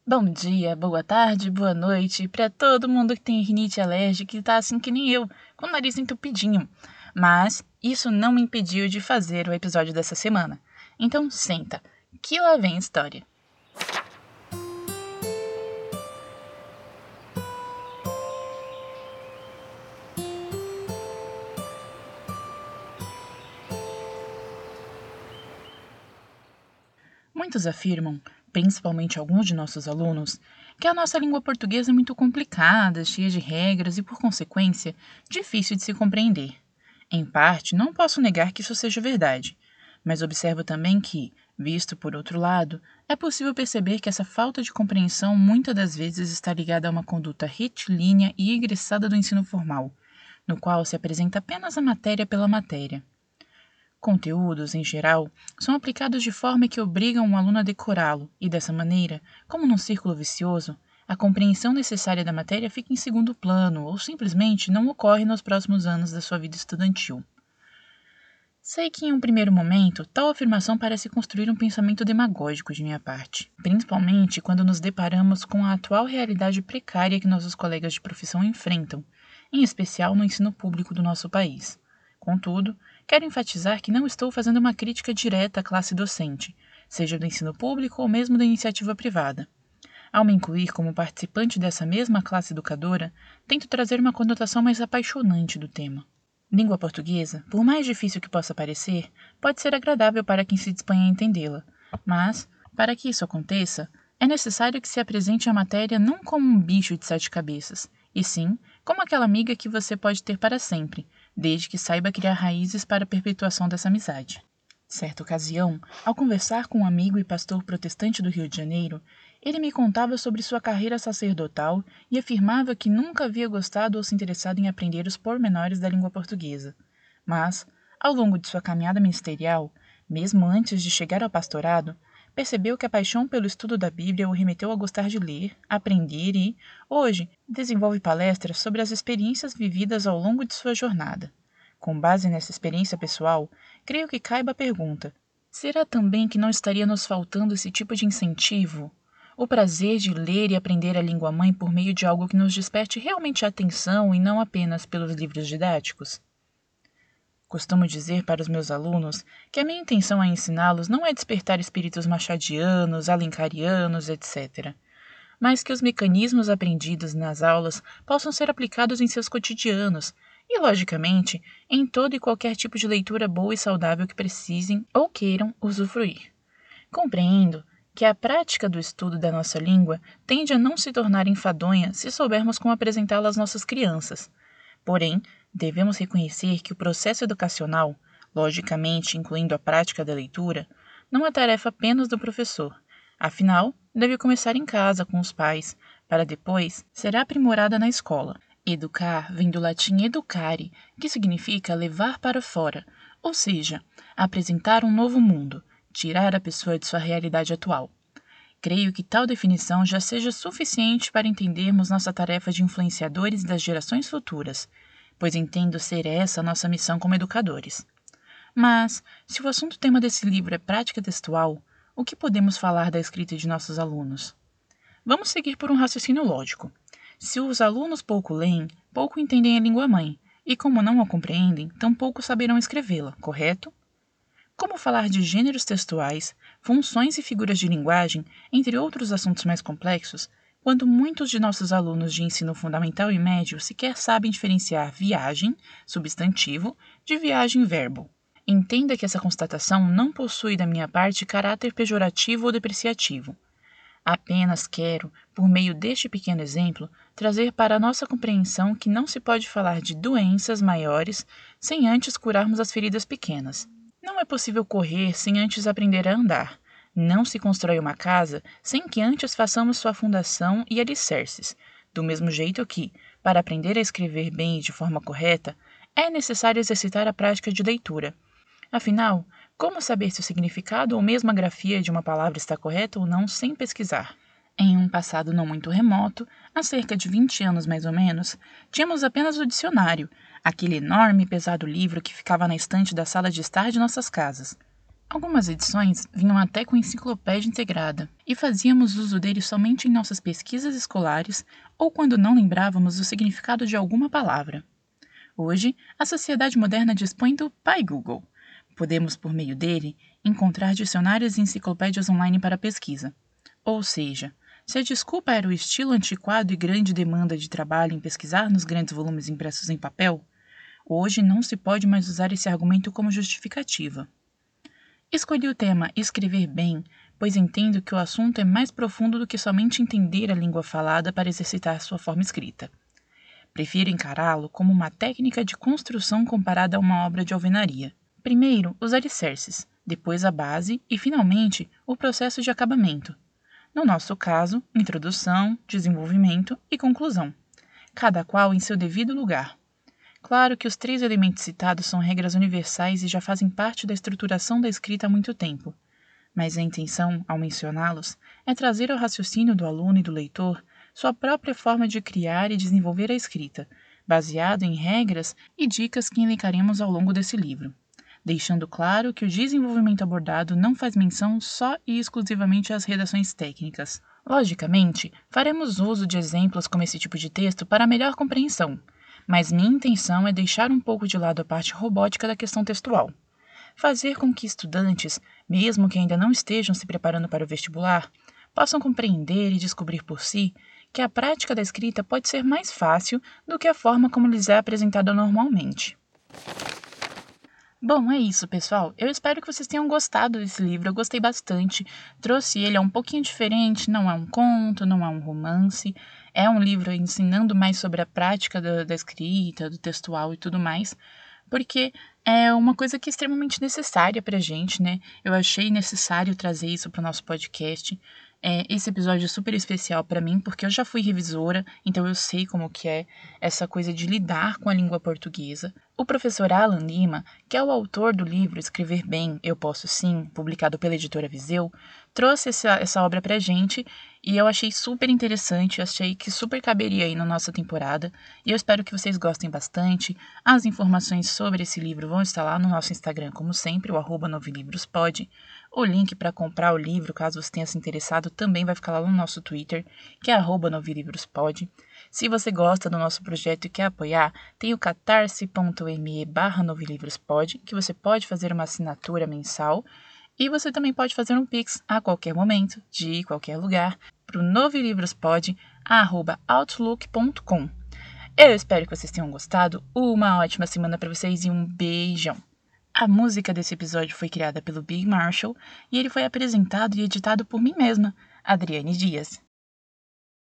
Bom dia, boa tarde, boa noite para todo mundo que tem rinite alérgica e tá assim que nem eu, com o nariz entupidinho. Mas isso não me impediu de fazer o episódio dessa semana. Então senta, que lá vem história. Muitos afirmam, principalmente alguns de nossos alunos, que a nossa língua portuguesa é muito complicada, cheia de regras e, por consequência, difícil de se compreender. Em parte, não posso negar que isso seja verdade, mas observo também que, visto por outro lado, é possível perceber que essa falta de compreensão muitas das vezes está ligada a uma conduta retilínea e egressada do ensino formal, no qual se apresenta apenas a matéria pela matéria. Conteúdos, em geral, são aplicados de forma que obrigam o aluno a decorá-lo, e dessa maneira, como num círculo vicioso, a compreensão necessária da matéria fica em segundo plano ou simplesmente não ocorre nos próximos anos da sua vida estudantil. Sei que, em um primeiro momento, tal afirmação parece construir um pensamento demagógico de minha parte, principalmente quando nos deparamos com a atual realidade precária que nossos colegas de profissão enfrentam, em especial no ensino público do nosso país. Contudo, quero enfatizar que não estou fazendo uma crítica direta à classe docente, seja do ensino público ou mesmo da iniciativa privada. Ao me incluir como participante dessa mesma classe educadora, tento trazer uma conotação mais apaixonante do tema. Língua portuguesa, por mais difícil que possa parecer, pode ser agradável para quem se dispõe a entendê-la, mas, para que isso aconteça, é necessário que se apresente a matéria não como um bicho de 7 cabeças, e sim como aquela amiga que você pode ter para sempre, desde que saiba criar raízes para a perpetuação dessa amizade. Certa ocasião, ao conversar com um amigo e pastor protestante do Rio de Janeiro, ele me contava sobre sua carreira sacerdotal e afirmava que nunca havia gostado ou se interessado em aprender os pormenores da língua portuguesa. Mas, ao longo de sua caminhada ministerial, mesmo antes de chegar ao pastorado, percebeu que a paixão pelo estudo da Bíblia o remeteu a gostar de ler, aprender e, hoje, desenvolve palestras sobre as experiências vividas ao longo de sua jornada. Com base nessa experiência pessoal, creio que caiba a pergunta: será também que não estaria nos faltando esse tipo de incentivo? O prazer de ler e aprender a língua-mãe por meio de algo que nos desperte realmente a atenção e não apenas pelos livros didáticos? Costumo dizer para os meus alunos que a minha intenção ao ensiná-los não é despertar espíritos machadianos, alencarianos, etc., mas que os mecanismos aprendidos nas aulas possam ser aplicados em seus cotidianos e, logicamente, em todo e qualquer tipo de leitura boa e saudável que precisem ou queiram usufruir. Compreendo que a prática do estudo da nossa língua tende a não se tornar enfadonha se soubermos como apresentá-la às nossas crianças. Porém, devemos reconhecer que o processo educacional, logicamente incluindo a prática da leitura, não é tarefa apenas do professor. Afinal, deve começar em casa, com os pais, para depois ser aprimorada na escola. Educar vem do latim educare, que significa levar para fora, ou seja, apresentar um novo mundo, tirar a pessoa de sua realidade atual. Creio que tal definição já seja suficiente para entendermos nossa tarefa de influenciadores das gerações futuras, pois entendo ser essa a nossa missão como educadores. Mas, se o assunto tema desse livro é prática textual, o que podemos falar da escrita de nossos alunos? Vamos seguir por um raciocínio lógico. Se os alunos pouco leem, pouco entendem a língua-mãe, e como não a compreendem, tampouco saberão escrevê-la, correto? Como falar de gêneros textuais, funções e figuras de linguagem, entre outros assuntos mais complexos, quando muitos de nossos alunos de ensino fundamental e médio sequer sabem diferenciar viagem, substantivo, de viagem, verbo? Entenda que essa constatação não possui da minha parte caráter pejorativo ou depreciativo. Apenas quero, por meio deste pequeno exemplo, trazer para a nossa compreensão que não se pode falar de doenças maiores sem antes curarmos as feridas pequenas. Não é possível correr sem antes aprender a andar. Não se constrói uma casa sem que antes façamos sua fundação e alicerces. Do mesmo jeito que, para aprender a escrever bem e de forma correta, é necessário exercitar a prática de leitura. Afinal, como saber se o significado ou mesmo a grafia de uma palavra está correta ou não sem pesquisar? Em um passado não muito remoto, há cerca de 20 anos mais ou menos, tínhamos apenas o dicionário, aquele enorme e pesado livro que ficava na estante da sala de estar de nossas casas. Algumas edições vinham até com enciclopédia integrada, e fazíamos uso dele somente em nossas pesquisas escolares ou quando não lembrávamos o significado de alguma palavra. Hoje, a sociedade moderna dispõe do Pai Google. Podemos, por meio dele, encontrar dicionários e enciclopédias online para pesquisa. Ou seja, se a desculpa era o estilo antiquado e grande demanda de trabalho em pesquisar nos grandes volumes impressos em papel, hoje não se pode mais usar esse argumento como justificativa. Escolhi o tema Escrever Bem, pois entendo que o assunto é mais profundo do que somente entender a língua falada para exercitar sua forma escrita. Prefiro encará-lo como uma técnica de construção comparada a uma obra de alvenaria. Primeiro, os alicerces, depois a base e, finalmente, o processo de acabamento. No nosso caso, introdução, desenvolvimento e conclusão, cada qual em seu devido lugar. Claro que os 3 elementos citados são regras universais e já fazem parte da estruturação da escrita há muito tempo, mas a intenção, ao mencioná-los, é trazer ao raciocínio do aluno e do leitor sua própria forma de criar e desenvolver a escrita, baseado em regras e dicas que elencaremos ao longo desse livro, deixando claro que o desenvolvimento abordado não faz menção só e exclusivamente às redações técnicas. Logicamente, faremos uso de exemplos como esse tipo de texto para melhor compreensão, mas minha intenção é deixar um pouco de lado a parte robótica da questão textual. Fazer com que estudantes, mesmo que ainda não estejam se preparando para o vestibular, possam compreender e descobrir por si que a prática da escrita pode ser mais fácil do que a forma como lhes é apresentada normalmente. Bom, é isso, pessoal. Eu espero que vocês tenham gostado desse livro. Eu gostei bastante. Trouxe ele, é um pouquinho diferente, não é um conto, não é um romance. É um livro ensinando mais sobre a prática da escrita, do textual e tudo mais, porque é uma coisa que é extremamente necessária pra gente, né? Eu achei necessário trazer isso para o nosso podcast. Esse episódio é super especial para mim, porque eu já fui revisora, então eu sei como que é essa coisa de lidar com a língua portuguesa. O professor Alan Lima, que é o autor do livro Escrever Bem, Eu Posso Sim, publicado pela editora Viseu, trouxe essa obra pra gente e eu achei super interessante, achei que super caberia aí na nossa temporada e eu espero que vocês gostem bastante. As informações sobre esse livro vão estar lá no nosso Instagram, como sempre, o @novilivrospod. O link para comprar o livro, caso você tenha se interessado, também vai ficar lá no nosso Twitter, que é @novilivrospod. Se você gosta do nosso projeto e quer apoiar, tem o catarse.me/novilivrospod, que você pode fazer uma assinatura mensal e você também pode fazer um Pix a qualquer momento, de qualquer lugar, para o novilivrospod@outlook.com. Eu espero que vocês tenham gostado, uma ótima semana para vocês e um beijão! A música desse episódio foi criada pelo Big Marshall e ele foi apresentado e editado por mim mesma, Adriane Dias.